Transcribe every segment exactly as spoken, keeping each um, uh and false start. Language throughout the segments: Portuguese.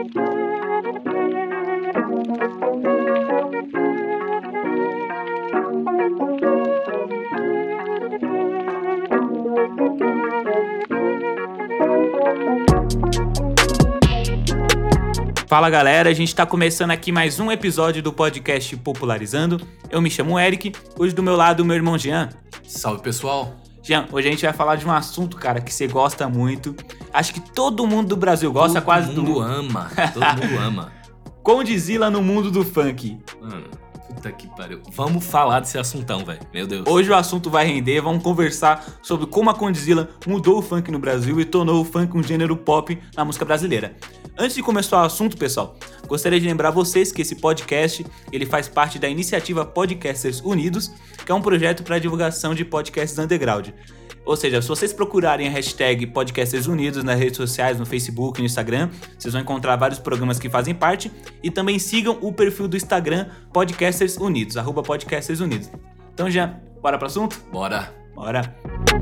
Fala galera, a gente tá começando aqui mais um episódio do podcast Popularizando. Eu me chamo Eric, hoje do meu lado o meu irmão Jean. Salve pessoal! Jean, hoje a gente vai falar de um assunto, cara, que você gosta muito. Acho que todo mundo do Brasil gosta, todo quase todo mundo ama, todo mundo ama. Condzilla no mundo do funk. Mano, puta que pariu. Vamos falar desse assuntão, velho. Meu Deus. Hoje o assunto vai render, vamos conversar sobre como a Condzilla mudou o funk no Brasil e tornou o funk um gênero pop na música brasileira. Antes de começar o assunto, pessoal, gostaria de lembrar vocês que esse podcast ele faz parte da iniciativa Podcasters Unidos, que é um projeto para divulgação de podcasts underground. Ou seja, se vocês procurarem a hashtag Podcasters Unidos nas redes sociais, no Facebook e no Instagram, vocês vão encontrar vários programas que fazem parte e também sigam o perfil do Instagram Podcasters Unidos, arroba Podcasters Unidos. Então já, bora pro assunto? Bora! Bora!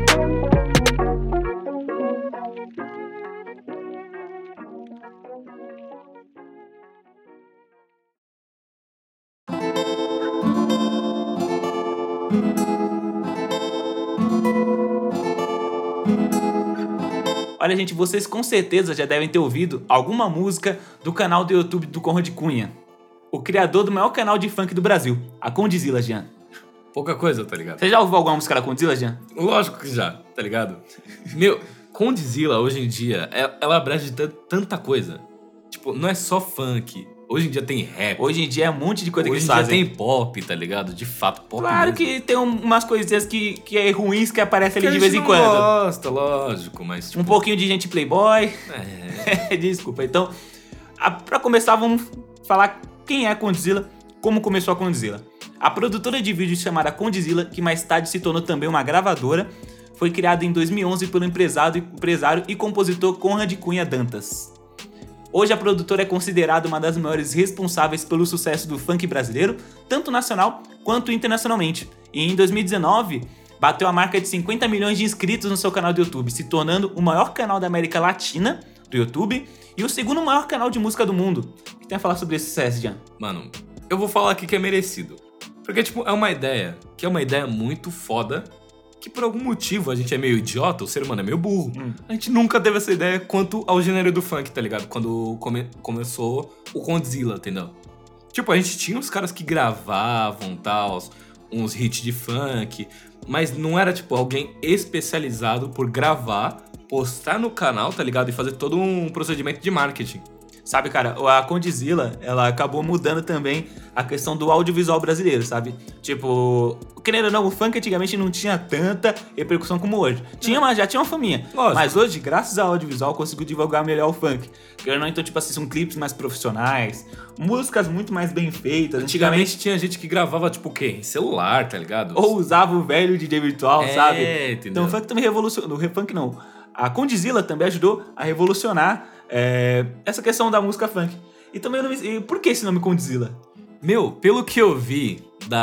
Olha, gente, vocês com certeza já devem ter ouvido alguma música do canal do YouTube do Conrad Cunha, o criador do maior canal de funk do Brasil, a Condzilla, Jean. Pouca coisa, tá ligado? Você já ouviu alguma música da Condzilla, Jean? Lógico que já, tá ligado? Meu, Condzilla hoje em dia, ela abrange tanta coisa. Tipo, não é só funk. Hoje em dia tem rap. Hoje em dia é um monte de coisa Hoje que eles em dia fazem. tem pop, tá ligado? De fato, pop Claro mesmo. que tem um- umas coisinhas que, que é ruins que aparecem Que ali a de vez gente em não quando. gosta, lógico, mas tipo... Um pouquinho de gente playboy. É... Desculpa. Então, a, pra começar, vamos falar quem é a Condzilla, como começou a Condzilla. A produtora de vídeos chamada Condzilla, que mais tarde se tornou também uma gravadora, foi criada em dois mil e onze pelo empresário, empresário e compositor Conrad Cunha Dantas. Hoje a produtora é considerada uma das maiores responsáveis pelo sucesso do funk brasileiro, tanto nacional quanto internacionalmente. E em dois mil e dezenove, bateu a marca de cinquenta milhões de inscritos no seu canal do YouTube, se tornando o maior canal da América Latina do YouTube e o segundo maior canal de música do mundo. O que tem a falar sobre esse sucesso, Jean? Mano, eu vou falar aqui que é merecido. Porque, tipo, é uma ideia, que é uma ideia muito foda, que por algum motivo a gente é meio idiota, o ser humano é meio burro. Hum. A gente nunca teve essa ideia quanto ao gênero do funk, tá ligado? Quando come- começou o Condzilla, entendeu? Tipo, a gente tinha os caras que gravavam, tal, uns hits de funk, mas não era, tipo, alguém especializado por gravar, postar no canal, tá ligado? E fazer todo um procedimento de marketing. Sabe, cara, a Condzilla, ela acabou mudando também a questão do audiovisual brasileiro, sabe? Tipo, querendo ou não, o funk antigamente não tinha tanta repercussão como hoje. Tinha, mas já tinha uma faminha. Lógico. Mas hoje, graças ao audiovisual, conseguiu divulgar melhor o funk. Querendo ou não, então, tipo assim, são clipes mais profissionais, músicas muito mais bem feitas. Antigamente tinha gente que gravava, tipo, o quê? Em celular, tá ligado? Ou usava o velho D J virtual, É, sabe? entendeu? Então o funk também revolucionou. O funk não. A Condzilla também ajudou a revolucionar é, essa questão da música funk. E também, o nome- e por que esse nome Condzilla? Meu, pelo que eu vi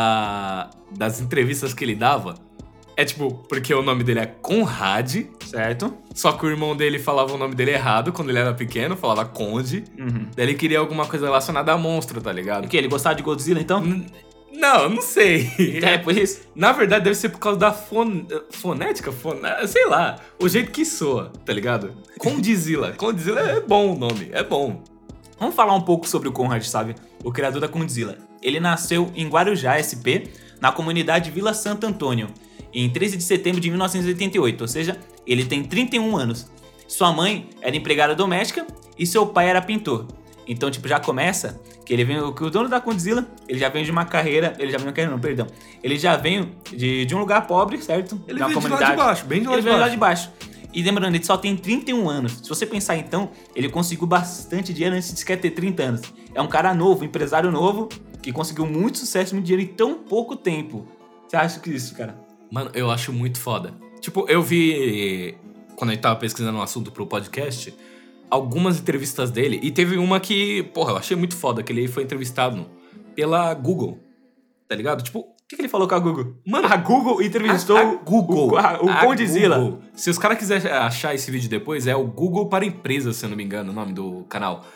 da, das entrevistas que ele dava, é tipo, porque o nome dele é Conrad, Certo? só que o irmão dele falava o nome dele errado quando ele era pequeno, falava Conde. Uhum. Daí ele queria alguma coisa relacionada a monstro, tá O ligado? que? Ele gostava de Godzilla, então? N- Não, não sei. É, por isso? Na verdade, deve ser por causa da fon... fonética, foné... sei lá, o jeito que soa, tá ligado? Condzilla. Condzilla é bom o nome, é bom. Vamos falar um pouco sobre o Conrad, sabe? O criador da Condzilla. Ele nasceu em Guarujá, S P, na comunidade Vila Santo Antônio, em treze de setembro de mil novecentos e oitenta e oito, ou seja, ele tem trinta e um anos. Sua mãe era empregada doméstica e seu pai era pintor. Então, tipo, já começa que ele vem, que o dono da Condzilla, ele já vem de uma carreira, ele já vem de uma carreira, não, perdão. Ele já vem de, de um lugar pobre, certo? Ele Da veio de lá de baixo, bem de lá Ele de veio lá baixo. de baixo. E lembrando, ele só tem trinta e um anos. Se você pensar então, ele conseguiu bastante dinheiro antes de sequer ter trinta anos. É um cara novo, empresário novo, que conseguiu muito sucesso, muito dinheiro em tão pouco tempo. Você acha que isso, cara? Mano, eu acho muito foda. Tipo, eu vi, quando a gente tava pesquisando um assunto pro podcast, algumas entrevistas dele, e teve uma que, porra, eu achei muito foda, que ele foi entrevistado pela Google, tá ligado? Tipo, O que, que ele falou com a Google? Mano, A Google entrevistou a, a Google, o, a- o a Condzilla. Google. Se os caras quiserem achar esse vídeo depois, é o Google para Empresas, se eu não me engano, o nome do canal.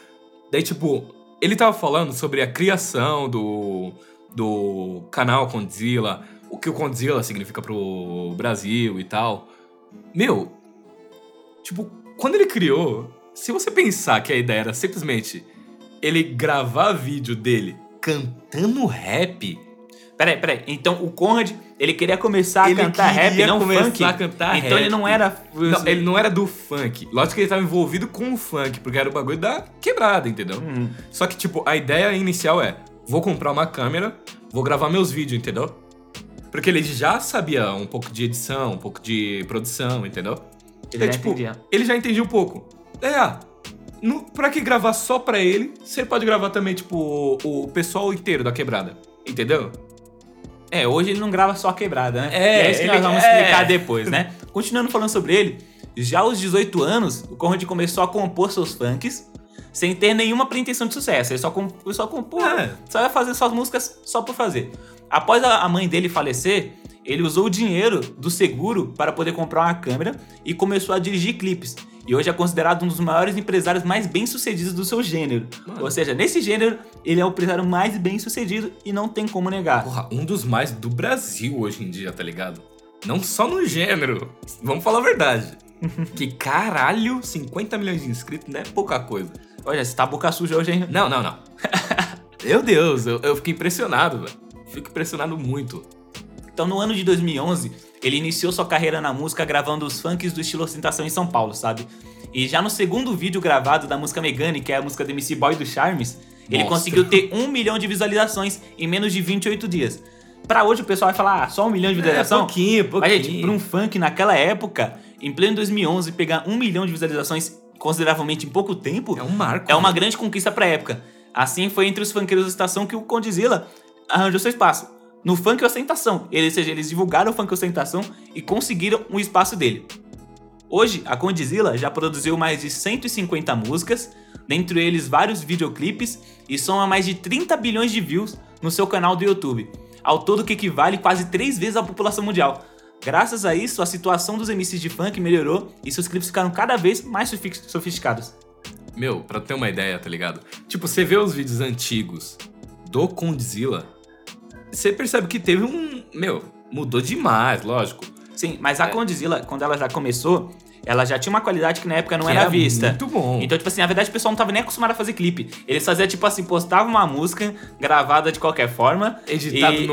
Daí, tipo, ele tava falando sobre a criação do, do canal Condzilla, o que o Condzilla significa pro Brasil e tal. Meu, tipo, quando ele criou, se você pensar que a ideia era simplesmente ele gravar vídeo dele cantando rap... Peraí, peraí. Então o Conrad, ele queria começar a ele cantar rap, não começar funk? a cantar então rap. ele não era... Não, ele não era do funk. Lógico que ele tava envolvido com o funk, porque era o bagulho da quebrada, entendeu? Hum. Só que, tipo, a ideia inicial é, vou comprar uma câmera, vou gravar meus vídeos, entendeu? Porque ele já sabia um pouco de edição, um pouco de produção, entendeu? Ele é, já tipo, entendia. ele já entendia um pouco. É, ah, no, pra que gravar só pra ele, você pode gravar também, tipo, o, o pessoal inteiro da quebrada, entendeu? É, hoje ele não grava só a quebrada, né? É, e é isso que ele- nós vamos é. explicar depois, né? Continuando falando sobre ele, já aos dezoito anos, o Conrad começou a compor seus funks sem ter nenhuma pretensão de sucesso. Ele só, comp só compor, É. só ia fazer suas músicas só por fazer. Após a a mãe dele falecer, ele usou o dinheiro do seguro para poder comprar uma câmera e começou a dirigir clipes. E hoje é considerado um dos maiores empresários mais bem-sucedidos do seu gênero. Mano. Ou seja, nesse gênero, ele é o empresário mais bem-sucedido e não tem como negar. Porra, um dos mais do Brasil hoje em dia, tá ligado? Não só no gênero. Vamos falar a verdade. Que caralho, cinquenta milhões de inscritos não é pouca coisa. Olha, você tá boca suja hoje, hein? Não, não, não. Meu Deus, eu, eu fiquei impressionado, velho. Fico impressionado muito. Então, no ano de dois mil e onze, ele iniciou sua carreira na música gravando os funks do estilo ostentação em São Paulo, sabe? E já no segundo vídeo gravado da música Megane, que é a música do M C Boy do Charmes, ele Nossa. conseguiu ter um milhão de visualizações em menos de vinte e oito dias. Pra hoje o pessoal vai falar, ah, só um milhão de visualização? É, pouquinho, pouquinho. Mas, gente, pra um funk naquela época, em pleno dois mil e onze, pegar um milhão de visualizações consideravelmente em pouco tempo, É um marco. é uma né? grande conquista pra época. Assim foi entre os funkeiros da estação que o Condzilla arranjou seu espaço. No funk ostentação, ele, ou seja, eles divulgaram o funk ostentação e conseguiram um espaço dele. Hoje, a Condzilla já produziu mais de cento e cinquenta músicas, dentre eles vários videoclipes, e soma mais de trinta bilhões de views no seu canal do YouTube, ao todo que equivale quase três vezes à população mundial. Graças a isso, a situação dos M Cs de funk melhorou e seus clipes ficaram cada vez mais sofi- sofisticados. Meu, pra ter uma ideia, tá ligado? Tipo, você vê os vídeos antigos do Condzilla, você percebe que teve um... Meu, mudou demais, lógico. Sim, mas a É. Condzilla, quando ela já começou, ela já tinha uma qualidade que na época não Que era, era vista. muito bom. Então, tipo assim, na verdade o pessoal não tava nem acostumado a fazer clipe. Eles faziam, tipo assim, postavam uma música gravada de qualquer forma. Editado e... no,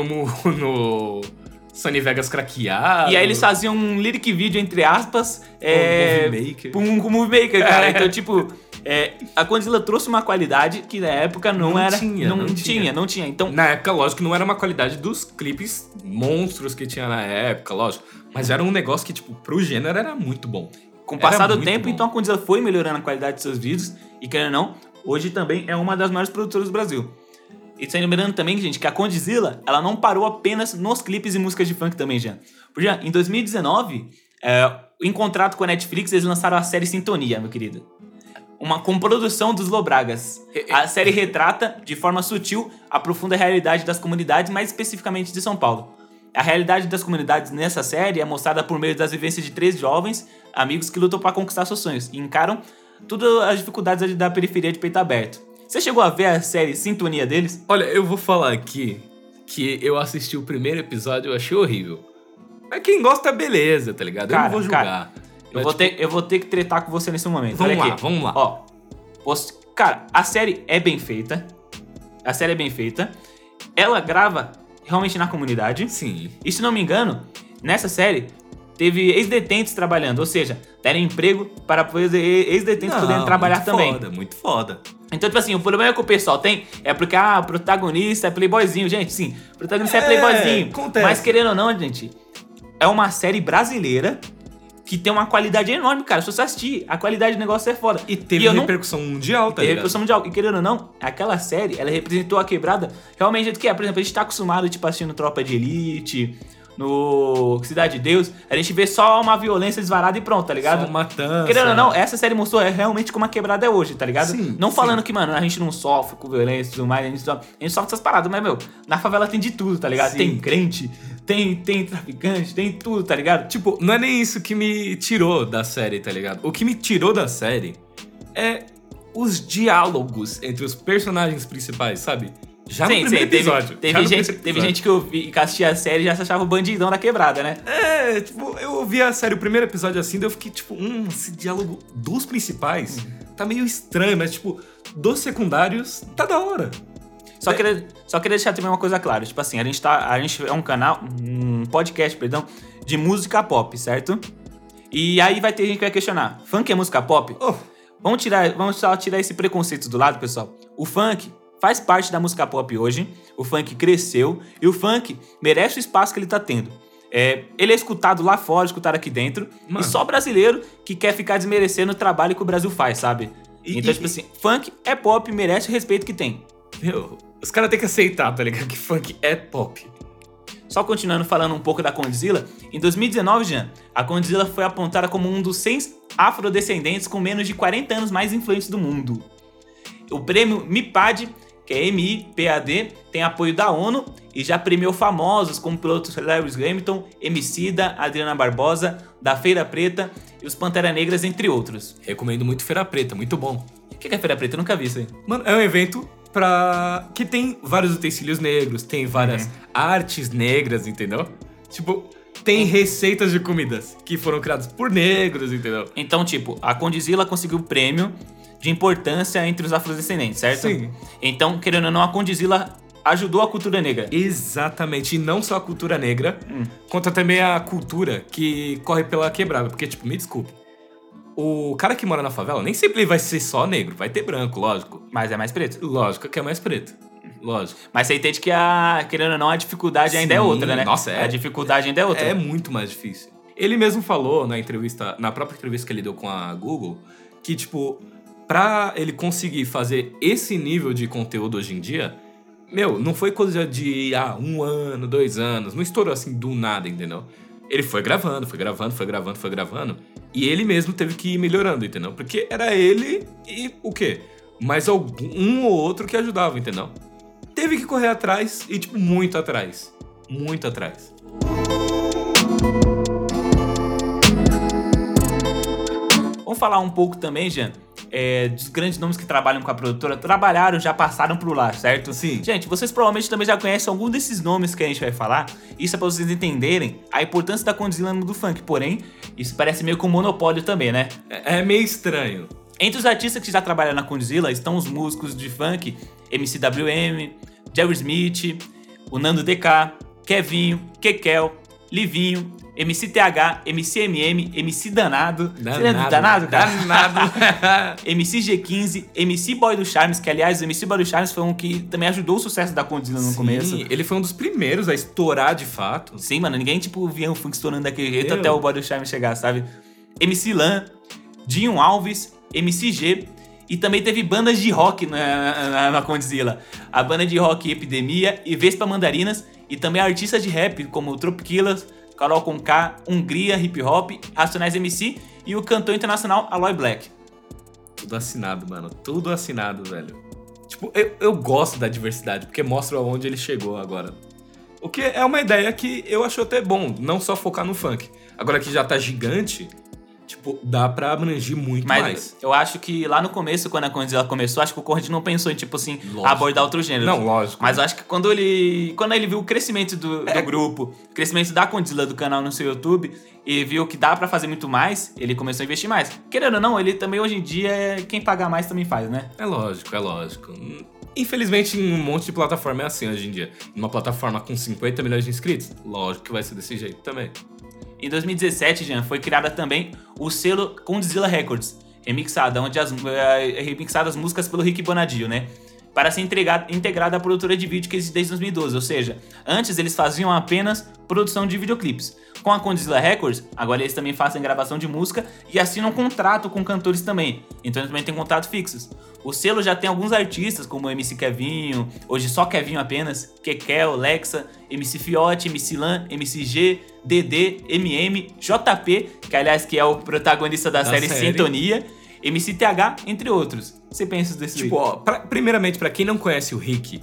no Sony Vegas craqueado. E aí eles faziam um lyric video, entre aspas, é... Movie Maker. com um com Movie Maker, cara. É. Então, tipo, é, a Condzilla trouxe uma qualidade que na época não, Não era... tinha, não, não tinha, tinha. não tinha. Então, Na época, lógico que não era uma qualidade dos clipes monstros que tinha na época, lógico. Mas era um negócio que, tipo, pro gênero era muito bom. com o passar Era do muito tempo, bom. então a Condzilla foi melhorando a qualidade de seus vídeos. E querendo ou não, hoje também é uma das maiores produtoras do Brasil. E só lembrando também, gente, que a Condzilla, ela não parou apenas nos clipes e músicas de funk também, Jean. Por Jean, em dois mil e dezenove, é, em contrato com a Netflix, eles lançaram a série Sintonia, meu querido. Uma com produção dos Lobragas. A série retrata, de forma sutil, a profunda realidade das comunidades, mais especificamente de São Paulo. A realidade das comunidades nessa série é mostrada por meio das vivências de três jovens amigos que lutam para conquistar seus sonhos e encaram todas as dificuldades da periferia de peito aberto. Você chegou a ver a série Sintonia deles? Olha, eu vou falar aqui que eu assisti o primeiro episódio e eu achei horrível. Mas quem gosta, beleza, tá ligado? Cara, eu não vou julgar. cara, Eu Mas, vou, tipo, ter, eu vou ter que tretar com você nesse momento. Vamos Olha lá, aqui. vamos lá. Ó, você- cara, a série é bem feita. A série é bem feita. Ela grava realmente na comunidade. Sim. E se não me engano, nessa série teve ex-detentes trabalhando, ou seja, deram emprego para poder ex-detentes Não, poderem trabalhar muito também. Foda, muito foda. Então, tipo assim, o problema que o pessoal tem é porque, ah, o protagonista é playboyzinho. Gente, sim, o protagonista é, É, playboyzinho. acontece. Mas querendo ou não, gente, é uma série brasileira que tem uma qualidade enorme, cara. Se você assistir, a qualidade do negócio é foda. E teve eu não- repercussão mundial, tá Teve ligado? repercussão mundial. E querendo ou não, aquela série, ela representou a quebrada realmente do jeito que é. Por exemplo, a gente tá acostumado, tipo, assistindo Tropa de Elite, no Cidade de Deus, a gente vê só uma violência desvarada e pronto, tá ligado? Só matança. Querendo ou não, essa série mostrou é, realmente como a quebrada é hoje, tá ligado? Sim, não sim. falando que, mano, a gente não sofre com violência e tudo mais, a gente, sofre, a gente sofre essas paradas, mas, meu, na favela tem de tudo, tá ligado? Sim. Tem crente, tem, tem traficante, tem tudo, tá ligado? Tipo, não é nem isso que me tirou da série, tá ligado? O que me tirou da série é os diálogos entre os personagens principais, sabe? Já sim, no primeiro sim, episódio. Teve, já teve, no gente, primeiro teve episódio. gente que, eu vi, que assistia a série e já se achava o bandidão da quebrada, né? É, tipo, eu ouvi a série, o primeiro episódio assim, daí eu fiquei tipo, hum, esse diálogo dos principais tá meio estranho, mas tipo, dos secundários tá da hora. Só É. queria, só queria deixar também uma coisa clara. Tipo assim, a gente, tá, a gente é um canal, um podcast, perdão, de música pop, certo? E aí vai ter gente que vai questionar, funk é música pop? Oh, Vamos tirar, vamos só tirar esse preconceito do lado, pessoal. O funk faz parte da música pop hoje, o funk cresceu e o funk merece o espaço que ele tá tendo. É, ele é escutado lá fora, escutado aqui dentro, Mano. e só brasileiro que quer ficar desmerecendo o trabalho que o Brasil faz, sabe? E- então, e- tipo assim, funk é pop, merece o respeito que tem. meu, os caras têm que aceitar, tá ligado? Que funk é pop. Só continuando falando um pouco da Condzilla, em dois mil e dezenove, Jean, a Condzilla foi apontada como um dos cem afrodescendentes com menos de quarenta anos mais influentes do mundo. O prêmio MIPAD, que é M I P A D, tem apoio da ONU e já premiou famosos como pilotos Lewis Hamilton, Emicida, Adriana Barbosa, da Feira Preta e os Pantera Negras, entre outros. Recomendo muito Feira Preta, muito bom. O que é Feira Preta? Eu nunca vi isso aí. Mano, é um evento pra... que tem vários utensílios negros, tem várias Uhum. artes negras, entendeu? Tipo, tem receitas de comidas que foram criadas por negros, entendeu? Então, tipo, a Condzilla conseguiu o prêmio de importância entre os afrodescendentes, certo? Sim. Então, querendo ou não, a Condzilla ajudou a cultura negra. Exatamente, e não só a cultura negra, Hum. quanto também a cultura que corre pela quebrada. Porque, tipo, me desculpe, o cara que mora na favela nem sempre ele vai ser só negro, vai ter branco, lógico. Mas é mais preto. Lógico que é mais preto, lógico. Mas você entende que, a, querendo ou não, a dificuldade ainda é Sim, outra, né? nossa, é. A dificuldade ainda é outra. É muito mais difícil. Ele mesmo falou na entrevista, na própria entrevista que ele deu com a Google, que, tipo, pra ele conseguir fazer esse nível de conteúdo hoje em dia, meu, não foi coisa de, ah, um ano, dois anos, não estourou assim do nada, entendeu? Ele foi gravando, foi gravando, foi gravando, foi gravando, e ele mesmo teve que ir melhorando, entendeu? Porque era ele e o quê? Mais algum um ou outro que ajudava, entendeu? Teve que correr atrás e, tipo, muito atrás. Muito atrás. Vamos falar um pouco também, Jean, é, dos grandes nomes que trabalham com a produtora. Trabalharam, já passaram por lá, certo? Sim. Gente, vocês provavelmente também já conhecem algum desses nomes que a gente vai falar. Isso é pra vocês entenderem a importância da Condzilla no mundo do funk. Porém, isso parece meio que um monopólio também, né? É, é meio estranho. Entre os artistas que já trabalharam na Condzilla estão os músicos de funk M C W M, Jerry Smith, o Nando D K, Kevinho, Kekel, Livinho, M C T H, M C M M, M C Danado. Você lembra do Danado, cara? Danado. M C G quinze, M C Boy do Charmes, que aliás o M C Boy do Charmes foi um que também ajudou o sucesso da Condzilla no Sim, começo. ele foi um dos primeiros a estourar de fato. Sim, mano, ninguém tipo via o funk estourando daquele jeito Meu. até o Boy do Charmes chegar, sabe? M C Lan, Dinho Alves, M C G e também teve bandas de rock na, na, na Condzilla. A banda de rock Epidemia e Vespa Mandarinas e também artistas de rap como Tropkillaz, Carol Conká, Hungria Hip Hop, Racionais M C e o cantor internacional Aloy Black. Tudo assinado, mano. Tudo assinado, velho. Tipo, eu, eu gosto da diversidade, porque mostra aonde ele chegou agora. O que é uma ideia que eu acho até bom, não só focar no funk. Agora que já tá gigante, tipo, dá pra abranger muito Mas mais. eu acho que lá no começo, quando a Condzilla começou, acho que o Corrente não pensou em, tipo assim, Lógico. abordar outro gênero. Não, lógico. Mas eu acho que quando ele. Quando ele viu o crescimento do, do grupo, o crescimento da Condzilla do canal no seu YouTube, e viu que dá pra fazer muito mais, ele começou a investir mais. Querendo ou não, ele também hoje em dia, é quem pagar mais também faz, né? É lógico, é lógico. Infelizmente, em um monte de plataforma é assim hoje em dia. Numa plataforma com cinquenta milhões de inscritos, lógico que vai ser desse jeito também. Em dois mil e dezessete, Jean, foi criada também o selo Condzilla Records, remixada, onde as, é, remixadas músicas pelo Rick Bonadio, né? Para ser integrada, integrada à produtora de vídeo que existe desde dois mil e doze, ou seja, antes eles faziam apenas produção de videoclipes. Com a Condzilla Records, agora eles também fazem gravação de música e assinam um contrato com cantores também, então eles também têm contratos fixos. O selo já tem alguns artistas, como o M C Kevinho, hoje só Kevinho apenas, Kekel, Lexa, M C Fiote, M C Lan, M C G, D D, M M, J P, que aliás que é o protagonista da, Da série, série. Sintonia, M C T H, entre outros. Você pensa desse Tipo, ó, pra- primeiramente, pra quem não conhece o Rick,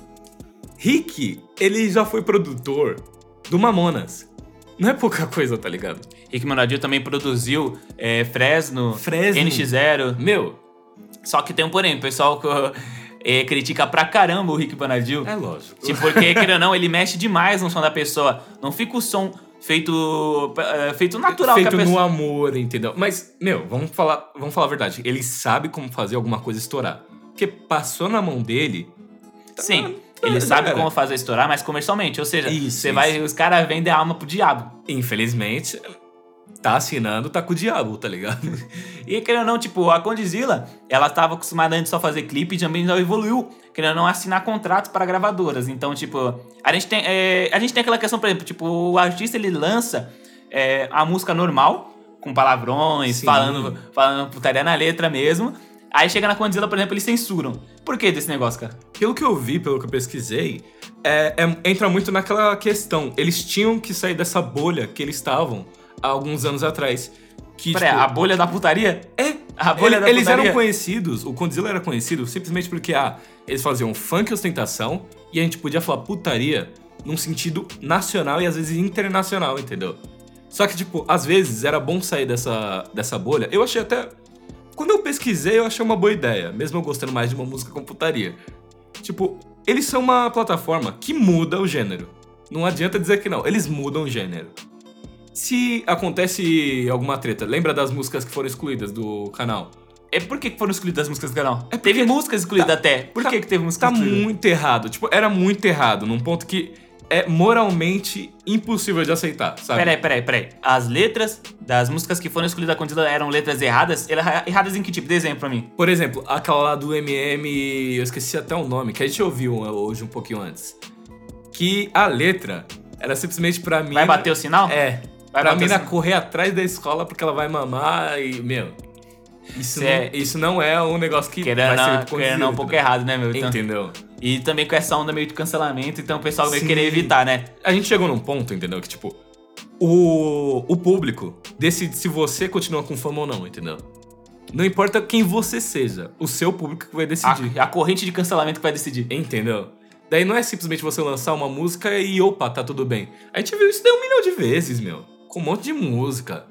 Rick, ele já foi produtor do Mamonas. Não é pouca coisa, tá ligado? Rick Bonadio também produziu é, Fresno, Fresno. N X Zero. Meu, Só que tem um porém, o pessoal é, critica pra caramba o Rick Bonadil. É lógico. Tipo, porque, querendo ou não, ele mexe demais no som da pessoa. Não fica o som feito, é, feito natural. Feito que a pessoa... no amor, entendeu? Mas, meu, vamos falar, vamos falar a verdade. Ele sabe como fazer alguma coisa estourar. Porque passou na mão dele... Tá, Sim, tá, ele já sabe era. como fazer estourar, mas comercialmente. Ou seja, Isso, você isso. vai, os caras vendem a alma pro diabo. Infelizmente, tá assinando, tá com o diabo, tá ligado? E, querendo ou não, tipo, a Condzilla, ela tava acostumada antes só a fazer clipe e também já evoluiu, querendo ou não, assinar contratos para gravadoras. Então, tipo, a gente tem, é, a gente tem aquela questão, por exemplo, tipo, o artista, ele lança é, a música normal, com palavrões, Sim. falando, falando putaria na letra mesmo. Aí chega na Condzilla, por exemplo, eles censuram. Por que desse negócio, cara? Pelo que eu vi, pelo que eu pesquisei, é, é- entra muito naquela questão. Eles tinham que sair dessa bolha que eles estavam há alguns anos atrás. Que, Peraí, tipo, a bolha da putaria? É, A bolha ele- da eles putaria? eram conhecidos, o Condzilla era conhecido simplesmente porque, ah, eles faziam funk e ostentação e a gente podia falar putaria num sentido nacional e às vezes internacional, entendeu? Só que, tipo, às vezes era bom sair dessa, dessa bolha. Eu achei até... Quando eu pesquisei, eu achei uma boa ideia, mesmo eu gostando mais de uma música com putaria. Tipo, eles são uma plataforma que muda o gênero. Não adianta dizer que não, eles mudam o gênero. Se acontece alguma treta, lembra das músicas que foram excluídas do canal? É por que que foram excluídas as músicas do canal? É porque- Teve músicas excluídas tá- até. Por tá- que que teve música Tá excluída? muito errado. Tipo, era muito errado, num ponto que é moralmente impossível de aceitar, sabe? Peraí, peraí, peraí. As letras das músicas que foram excluídas da Condzilla eram letras erradas? Era- Erradas em que tipo? Dê exemplo pra mim. Por exemplo, aquela lá do M M, eu esqueci até o nome, que a gente ouviu hoje um pouquinho antes. Que a letra era simplesmente pra mim. Vai bater o sinal? É. Vai pra bater mina o sinal? correr atrás da escola porque ela vai mamar e, meu. Isso, não, Cê- isso não é um negócio que Querendo vai ser não, com querendo não, um pouco entendeu? errado, né, meu? Então- Entendeu? E também com essa onda meio de cancelamento, então o pessoal meio Sim. querer evitar, né? A gente chegou num ponto, entendeu? Que, tipo, o, o público decide se você continua com fama ou não, entendeu? Não importa quem você seja, o seu público que vai decidir. A, a corrente de cancelamento que vai decidir. Entendeu? Daí não é simplesmente você lançar uma música e opa, tá tudo bem. A gente viu isso daí um milhão de vezes, meu. Com um monte de música.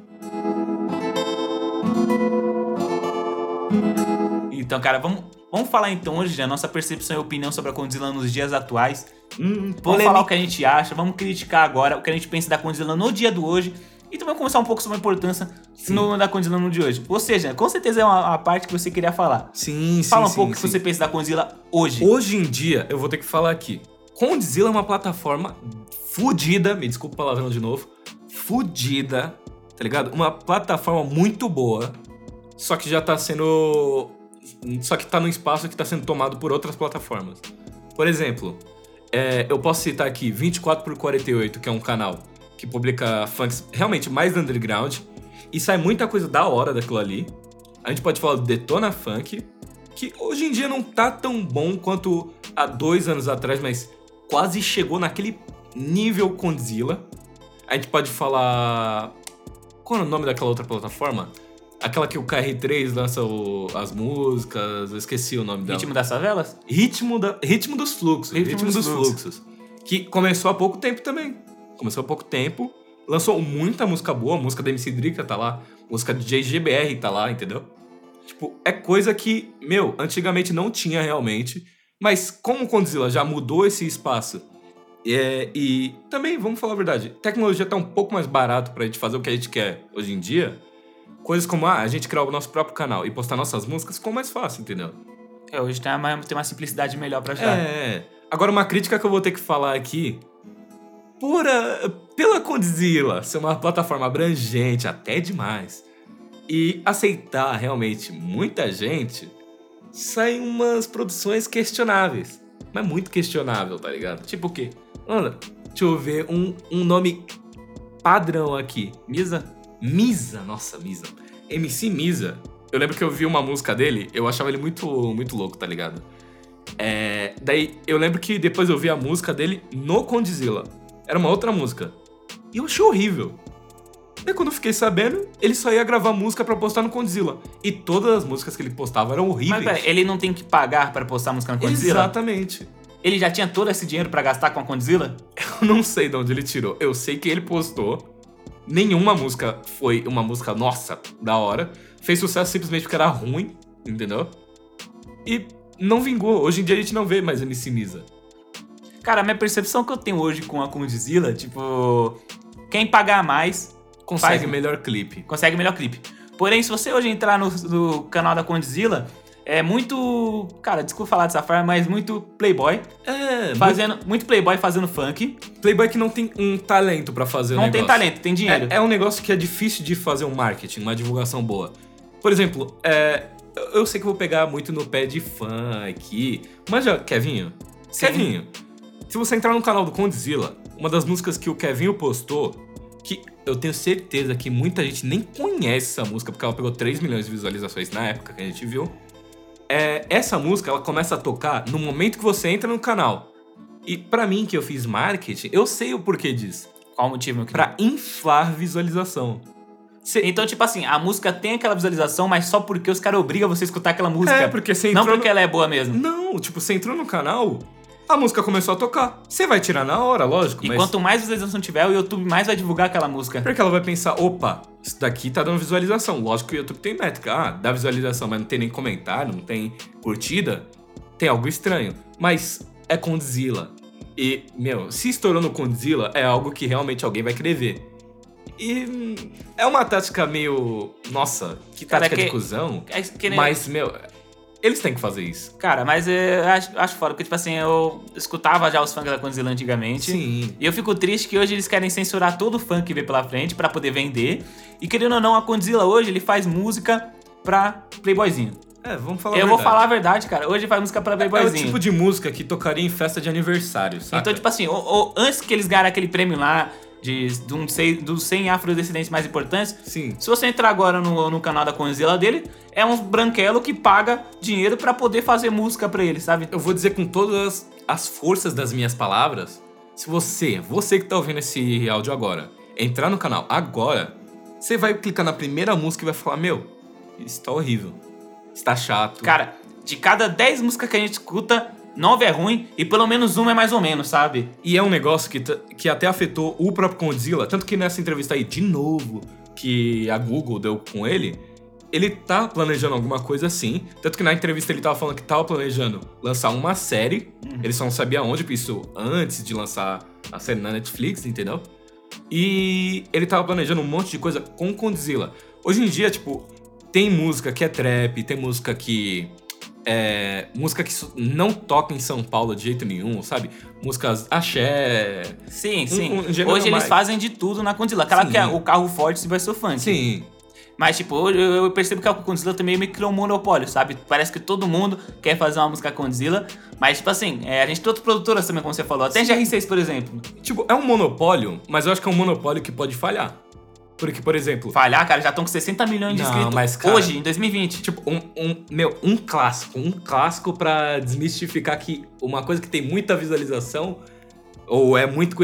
Então, cara, vamos, vamos falar então hoje da nossa percepção e opinião sobre a Condzilla nos dias atuais. Hum, Vamos falar o que a gente acha, vamos criticar agora o que a gente pensa da Condzilla no dia do hoje. E também conversar um pouco sobre a importância no, da Condzilla no dia de hoje. Ou seja, com certeza é uma, uma parte que você queria falar. Sim, sim, Fala um sim, pouco o sim. que você pensa da Condzilla hoje. Hoje em dia, eu vou ter que falar aqui. Condzilla é uma plataforma fudida, me desculpa o palavrão de novo, fudida, tá ligado? Uma plataforma muito boa, só que já tá sendo... Só que tá num espaço que tá sendo tomado por outras plataformas. Por exemplo, é, eu posso citar aqui vinte e quatro por quarenta e oito, que é um canal que publica funks realmente mais underground, e sai muita coisa da hora daquilo ali. A gente pode falar do Detona Funk, que hoje em dia não tá tão bom quanto há dois anos atrás, mas quase chegou naquele nível Condzilla. A gente pode falar... Qual é o nome daquela outra plataforma? Aquela que o K R três lança o- as músicas, eu esqueci o nome dela. Ritmo das favelas? Ritmo, da, ritmo dos fluxos. Ritmo Ritmo, dos dos fluxos. Que começou há pouco tempo também. Começou há pouco tempo. Lançou muita música boa. Música da M C Drica tá lá. Música de J G B R tá lá, entendeu? Tipo, é coisa que, meu, antigamente não tinha realmente. Mas como o Condzilla já mudou esse espaço. É, e também, vamos falar a verdade, tecnologia tá um pouco mais barato pra gente fazer o que a gente quer hoje em dia. Coisas como, ah, a gente criar o nosso próprio canal e postar nossas músicas ficou mais fácil, entendeu? É, hoje tem uma, tem uma simplicidade melhor pra ajudar. É. Agora, uma crítica que eu vou ter que falar aqui. Pura, pela Condzilla ser uma plataforma abrangente até demais e aceitar realmente muita gente, saem umas produções questionáveis. Mas muito questionável, tá ligado? Tipo o quê? Mano, deixa eu ver um, um nome padrão aqui. Misa? Misa, nossa, Misa. M C Misa. Eu lembro que eu vi uma música dele, eu achava ele muito, muito louco, tá ligado? É, daí eu lembro que depois eu vi a música dele no Condzilla. Era uma outra música. E eu achei horrível. Daí quando eu fiquei sabendo, ele só ia gravar música pra postar no Condzilla. E todas as músicas que ele postava eram horríveis. Mas pera, ele não tem que pagar pra postar música na Condzilla? Exatamente. Ele já tinha todo esse dinheiro pra gastar com a Condzilla? Eu não sei de onde ele tirou. Eu sei que ele postou. Nenhuma música foi uma música, nossa, da hora. Fez sucesso simplesmente porque era ruim, entendeu? e não vingou. Hoje em dia a gente não vê mais M C Misa. Cara, a minha percepção que eu tenho hoje com a Condzilla, tipo, quem pagar mais Consegue faz, melhor clipe. consegue melhor clipe. Porém, se você hoje entrar no, no canal da Condzilla, é muito, cara, desculpa falar dessa forma, mas muito playboy, É, fazendo, muito playboy fazendo funk. Playboy que não tem um talento pra fazer o Não negócio. tem talento, tem dinheiro. É, é um negócio que é difícil de fazer um marketing, uma divulgação boa. Por exemplo, é, eu- eu sei que eu vou pegar muito no pé de funk, mas já, Kevinho? Sim. Kevinho, se você entrar no canal do Condzilla, uma das músicas que o Kevinho postou, que eu tenho certeza que muita gente nem conhece essa música, porque ela pegou três milhões de visualizações na época que a gente viu. É, essa música, ela começa a tocar no momento que você entra no canal. E pra mim, que eu fiz marketing, eu sei o porquê disso. Qual o motivo, meu querido? Pra inflar visualização. Cê- Então, tipo assim, a música tem aquela visualização, mas só porque os caras obrigam você a escutar aquela música. É, porque você Não entrou porque no... ela é boa mesmo. Não, tipo, você entrou no canal, a música começou a tocar. Você vai tirar na hora, lógico, E mas... quanto mais visualização tiver, o YouTube mais vai divulgar aquela música. Porque ela vai pensar, opa, isso daqui tá dando visualização. Lógico que o YouTube tem métrica. Ah, dá visualização, mas não tem nem comentário, não tem curtida. Tem algo estranho. Mas é Condzilla. E, meu, se estourou no Condzilla, é algo que realmente alguém vai querer ver. E hum, é uma tática meio... Nossa, que Cara, tática que- de cuzão. É que nem- Mas, meu, eles têm que fazer isso. Cara, mas eu acho, acho foda, porque, tipo assim, eu escutava já os funk da Condzilla antigamente. Sim. E eu fico triste que hoje eles querem censurar todo o funk que vê pela frente pra poder vender. E querendo ou não, a Condzilla hoje, ele faz música pra playboyzinho. É, vamos falar Eu a vou verdade. falar a verdade, cara. Hoje faz música pra É o playboyzinho. tipo de música que tocaria em festa de aniversário, sabe? Então, tipo assim, o- o- antes que eles ganharem aquele prêmio lá de, de um, sei- dos cem afrodescendentes mais importantes, Sim. se você entrar agora no, no canal da Condzilla dele, é um branquelo que paga dinheiro pra poder fazer música pra ele, sabe? Eu vou dizer com todas as forças das minhas palavras, se você, você que tá ouvindo esse áudio agora, entrar no canal agora, você vai clicar na primeira música e vai falar, meu, isso tá horrível, isso tá chato. Cara, de cada dez músicas que a gente escuta, nove é ruim e pelo menos uma é mais ou menos, sabe? E é um negócio que, t- que até afetou o próprio Condzilla, tanto que nessa entrevista aí, de novo, que a Google deu com ele, ele tá planejando alguma coisa assim, tanto que na entrevista ele tava falando que tava planejando lançar uma série, ele só não sabia onde, porque isso antes de lançar a série na Netflix, entendeu? E ele tava planejando um monte de coisa com o Condzilla. Hoje em dia, tipo, tem música que é trap, tem música que... É, música que su- não toca em São Paulo de jeito nenhum, sabe? Músicas axé. Sim, sim. um gênero Hoje mais- eles fazem de tudo na Condzilla. Claro Sim. que é o carro forte vai ser o funk. Sim. Mas, tipo, hoje eu eu percebo que a Condzilla também meio que criou um monopólio, sabe? Parece que todo mundo quer fazer uma música Condzilla. Mas, tipo assim, é, a gente tem outras produtoras também, como você falou. Até G R seis, por exemplo. Tipo, é um monopólio, mas eu acho que é um monopólio que pode falhar. Porque, por exemplo, Falhar, cara, já estão com sessenta milhões de Não, inscritos mas, cara, hoje, em dois mil e vinte. tipo, um, um- meu, um clássico, um clássico pra desmistificar que uma coisa que tem muita visualização ou é muito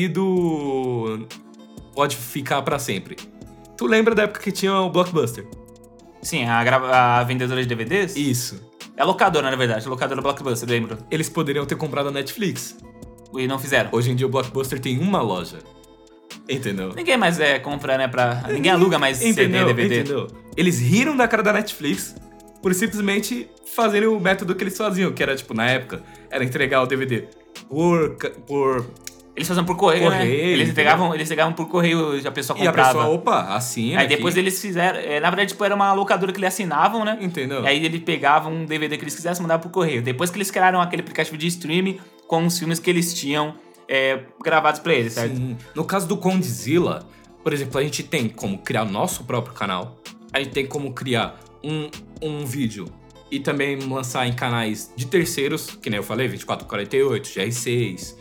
conhecido pode ficar pra sempre. Tu lembra da época que tinha o Blockbuster? Sim, a, grava- a vendedora de D V Ds? Isso. É a locadora, na verdade. A locadora Blockbuster, lembro. Eles poderiam ter comprado a Netflix. E não fizeram. Hoje em dia o Blockbuster tem uma loja. Entendeu? Ninguém mais é, compra, né, pra... Ninguém aluga mais C D, Entendeu? D V D. Entendeu? Eles riram da cara da Netflix por simplesmente fazerem o método que eles faziam, que era, tipo, na época, era entregar o D V D por... ca- por Eles faziam por correio, né? Correio, Eles entendeu? entregavam, eles entregavam por correio e a pessoa e a comprava. pessoa, opa, assina Aí depois aqui. eles fizeram... é, na verdade, tipo, era uma locadora que eles assinavam, né? Entendeu? E aí ele pegava um D V D que eles quisessem mandar por correio. Depois que eles criaram aquele aplicativo de streaming com os filmes que eles tinham é, gravados pra eles, certo? Sim. No caso do Condzilla, por exemplo, a gente tem como criar nosso próprio canal, a gente tem como criar um, um vídeo e também lançar em canais de terceiros, que nem eu falei, vinte e quatro quarenta e oito, G R seis,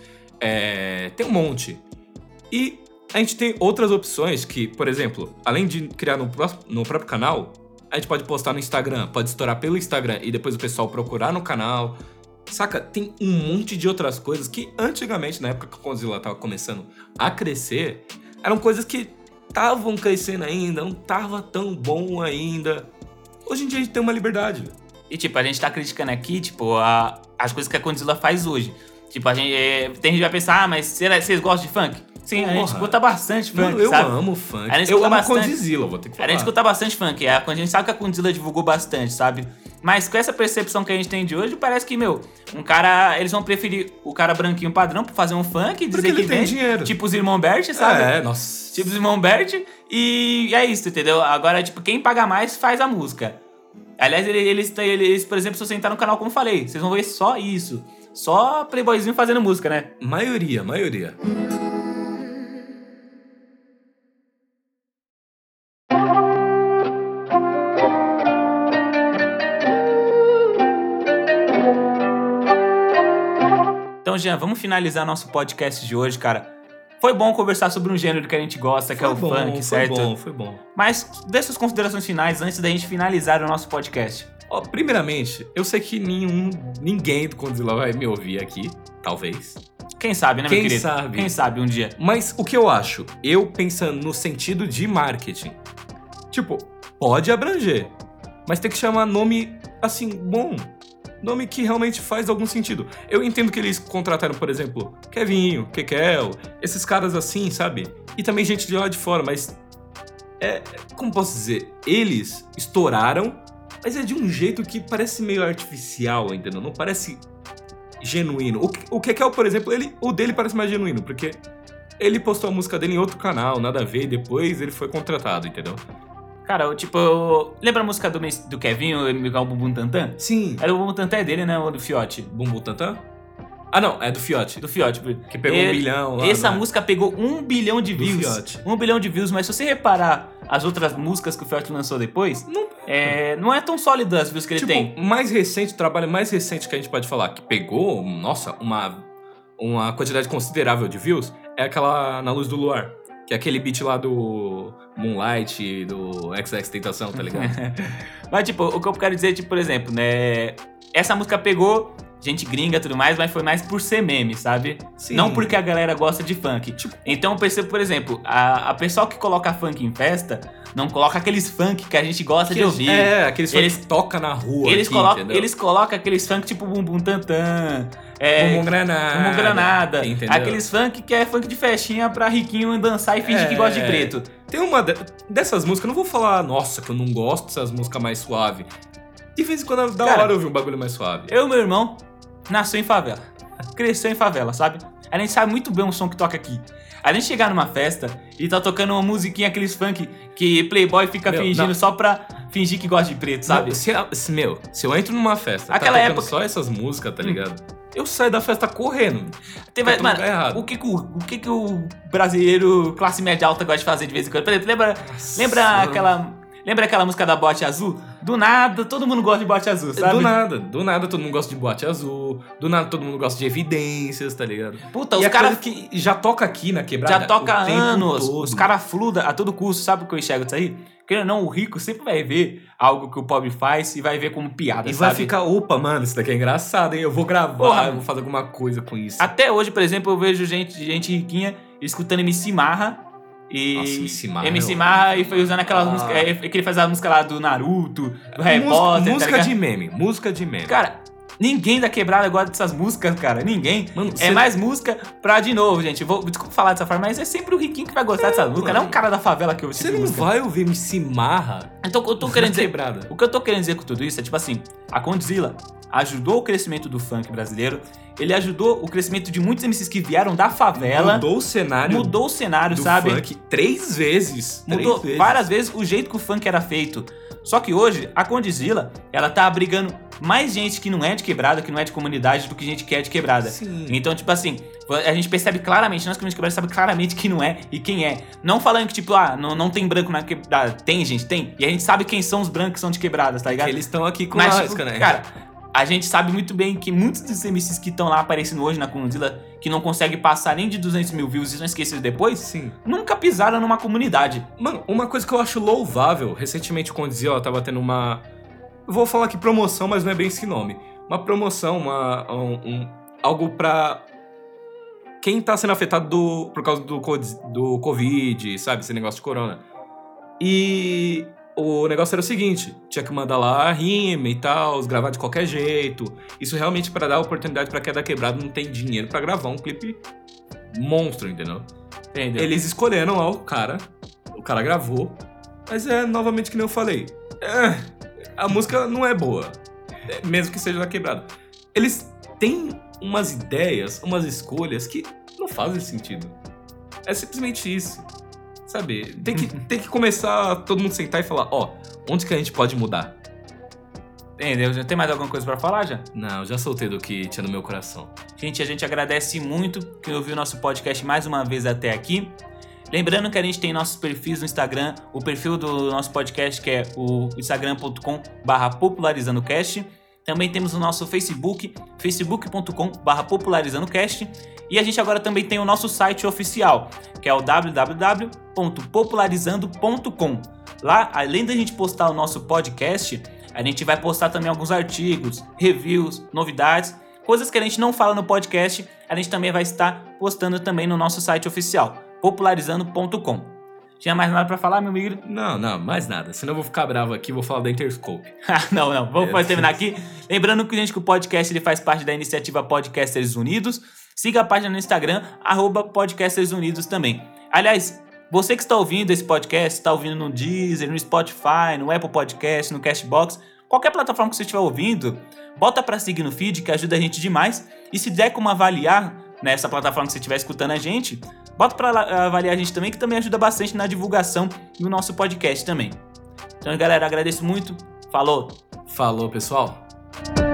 é, tem um monte. E a gente tem outras opções que, por exemplo, além de criar no, pró- no próprio canal, a gente pode postar no Instagram, pode estourar pelo Instagram e depois o pessoal procurar no canal. Saca? Tem um monte de outras coisas que antigamente, na época que o Condzilla tava começando a crescer, eram coisas que estavam crescendo ainda, não tava tão bom ainda. Hoje em dia a gente tem uma liberdade. E, tipo, a gente tá criticando aqui, tipo, a, as coisas que a Condzilla faz hoje. Tipo, a gente... é, tem gente que vai pensar, ah, mas será, vocês gostam de funk? Sim, a gente Porra. escuta bastante funk, Mano, eu sabe? amo funk. A gente Eu escuta amo bastante. Condzilla, vou ter que A falar. gente escuta bastante funk. A, a gente sabe que a Condzilla divulgou bastante, sabe? Mas com essa percepção que a gente tem de hoje, parece que, meu, um cara... Eles vão preferir o cara branquinho padrão pra fazer um funk, dizer ele que tem vende, dinheiro. tipo os irmãos Bert, sabe? É, nossa. Tipo os irmãos Bert, e é isso, entendeu? Agora, tipo, quem paga mais faz a música. Aliás, eles, eles, eles, por exemplo, se você entrar no canal, como eu falei, vocês vão ver só isso. Só playboyzinho fazendo música, né? Maioria, maioria. Então, Jean, vamos finalizar nosso podcast de hoje, cara. Foi bom conversar sobre um gênero que a gente gosta, que Foi é o bom, funk, foi certo? Foi bom, foi bom. Mas dê suas considerações finais antes da gente finalizar o nosso podcast. Ó, primeiramente, eu sei que nenhum, ninguém do Condzilla vai me ouvir aqui, talvez. Quem sabe, né, Quem meu querido? sabe? Quem sabe um dia. Mas o que eu acho, eu pensando no sentido de marketing, tipo, pode abranger, mas tem que chamar nome, assim, bom. Nome que realmente faz algum sentido. Eu entendo que eles contrataram, por exemplo, Kevinho, Kekel, esses caras assim, sabe? E também gente de lá de fora, mas... É, como posso dizer? Eles estouraram, mas é de um jeito que parece meio artificial, entendeu? Não parece genuíno. O, o Kekel, por exemplo, ele, o dele parece mais genuíno, porque ele postou a música dele em outro canal, nada a ver, e depois ele foi contratado, entendeu? Cara, eu, tipo, eu... lembra a música do, do Kevin, o Bumbum Tantan? Sim. Era o Bumbum Tantan é dele, né? Ou do Fiote? Bumbum Tantan? Ah, não, é do Fiote. Do Fiote. Que pegou Ele, um bilhão lá. Essa né? música pegou um bilhão de Do views. Fiote. Um bilhão de views, mas se você reparar as outras músicas que o Fiote lançou depois, Não. É, não é tão sólido as views que ele Tipo, tem. mais recente, o trabalho mais recente que a gente pode falar, que pegou, nossa, uma, uma quantidade considerável de views, é aquela Na Luz do Luar. Que é aquele beat lá do Moonlight, do X X Tentação, tá ligado? Mas, tipo, o que eu quero dizer, tipo, por exemplo, né? Essa música pegou gente gringa e tudo mais, mas foi mais por ser meme, sabe? Sim. Não porque a galera gosta de funk. Tipo, então eu percebo, por exemplo, a, a pessoa que coloca funk em festa não coloca aqueles funk que a gente gosta de ouvir. É, aqueles Eles- funk que toca na rua. Eles, aqui, colocam, entendeu? eles colocam aqueles funk tipo Bumbum Tantan, é, Bumbum Granada. Bumbum Granada, Entendeu? aqueles funk que é funk de festinha pra riquinho dançar e fingir que É. gosta de preto. Tem uma de- dessas músicas, eu não vou falar, nossa, que eu não gosto dessas músicas mais suaves. De vez em quando é da Cara, hora ouvir um bagulho mais suave. Eu e meu irmão nasceu em favela, cresceu em favela, sabe? A gente sabe muito bem o som que toca aqui. A gente chegar numa festa e tá tocando uma musiquinha, aqueles funk que playboy fica Meu, fingindo não. só pra fingir que gosta de preto, sabe? Não, se, se- meu, se eu entro numa festa, Aquela tá tocando época- só essas músicas, tá ligado? Eu saio da festa correndo. Tem, tá mas, tudo mano, errado. o que que o, o que que o brasileiro classe média alta gosta de fazer de vez em quando? Por exemplo, lembra, lembra Nossa. aquela... Lembra aquela música da Bote Azul? Do nada, todo mundo gosta de Bote Azul, sabe? Do nada, do nada todo mundo gosta de boate azul, do nada todo mundo gosta de evidências, tá ligado? Puta, e os é caras coisa que já toca aqui na quebrada. já toca há o tempo anos. todo. Os caras fludam a todo custo. Sabe o que eu enxergo disso aí? Querendo ou não, o rico sempre vai ver algo que o pobre faz e vai ver como piada, E sabe? vai ficar, opa, mano, isso daqui é engraçado, hein? Eu vou gravar, Porra. eu vou fazer alguma coisa com isso. Até hoje, por exemplo, eu vejo gente, gente riquinha escutando M C Marra. E Nossa, M C Marra M C é Marra e foi usando aquelas Ah. músicas. É, que ele faz a música lá do Naruto, do Harry música, Potter. tá música ligado? de meme, música de meme. Cara, ninguém da quebrada gosta dessas músicas, cara. Ninguém. Mano, É cê- mais música pra, de novo, gente. Vou, desculpa falar dessa forma, mas é sempre o riquinho que vai gostar dessa música. mano. Não é um cara da favela que ouve esse Você tipo de não música. vai ouvir M C Marra Então, eu tô na querendo dizer. quebrada. O que eu tô querendo dizer com tudo isso é tipo assim: a Condzilla ajudou o crescimento do funk brasileiro. Ele ajudou o crescimento de muitos M Cs que vieram da favela. Mudou o cenário Mudou o cenário, do sabe? funk três vezes. Mudou três vezes. várias vezes o jeito que o funk era feito. Só que hoje, a Condzilla, ela tá abrigando mais gente que não é de quebrada, que não é de comunidade, do que gente que é de quebrada. Sim. Então, tipo assim, a gente percebe claramente, nós que de quebrada sabe claramente quem não é e quem é. Não falando que, tipo, ah, não, não tem branco na quebrada. Tem, gente, tem. E a gente sabe quem são os brancos que são de quebradas, tá ligado? Eles estão aqui com Mas, a tipo, rasca, né? cara, a gente sabe muito bem que muitos dos M Cs que estão lá aparecendo hoje na Condzilla, que não conseguem passar nem de duzentos mil views e são esquecidos depois, Sim. nunca pisaram numa comunidade. Mano, uma coisa que eu acho louvável, recentemente quando dizia, ó, tava tendo uma... Eu vou falar aqui promoção, mas não é bem esse nome. Uma promoção, uma, um, um- algo pra quem tá sendo afetado do, por causa do, co- do Covid, sabe? Esse negócio de corona. E o negócio era o seguinte, tinha que mandar lá a rima e tal, gravar de qualquer jeito. Isso realmente pra dar oportunidade pra quem é da quebrada não tem dinheiro pra gravar um clipe monstro, entendeu? Entendeu? Eles escolheram lá o cara, o cara gravou, mas é novamente que nem eu falei. É, a música não é boa. mesmo que seja da quebrada. Eles têm umas ideias, umas escolhas que não fazem sentido. É simplesmente isso. Sabe? Tem que, tem que começar todo mundo sentar e falar, ó, onde que a gente pode mudar? Entendeu? Já tem mais alguma coisa pra falar, já? Não, já soltei do que tinha no meu coração. Gente, a gente agradece muito quem ouviu nosso podcast mais uma vez até aqui. Lembrando que a gente tem nossos perfis no Instagram, o perfil do nosso podcast que é o instagram ponto com barra popularizandocast. Também temos o nosso Facebook, facebook ponto com barra popularizandocast. E a gente agora também tem o nosso site oficial, que é o w w w ponto popularizando ponto com. Lá, além da gente postar o nosso podcast, a gente vai postar também alguns artigos, reviews, novidades, coisas que a gente não fala no podcast, a gente também vai estar postando também no nosso site oficial, popularizando ponto com. Tinha mais nada pra falar, meu amigo? Não, não, mais nada. Senão eu vou ficar bravo aqui e vou falar da Interscope. não, não. Vamos é. terminar aqui. Lembrando que, gente, que o podcast ele faz parte da iniciativa Podcasters Unidos. Siga a página no Instagram, arroba Podcasters Unidos também. Aliás, você que está ouvindo esse podcast, está ouvindo no Deezer, no Spotify, no Apple Podcast, no Cashbox, qualquer plataforma que você estiver ouvindo, bota pra seguir no feed, que ajuda a gente demais. E se der como avaliar nessa plataforma que você estiver escutando a gente, bota pra avaliar a gente também, que também ajuda bastante na divulgação do nosso podcast também. Então, galera, agradeço muito. Falou! Falou, pessoal!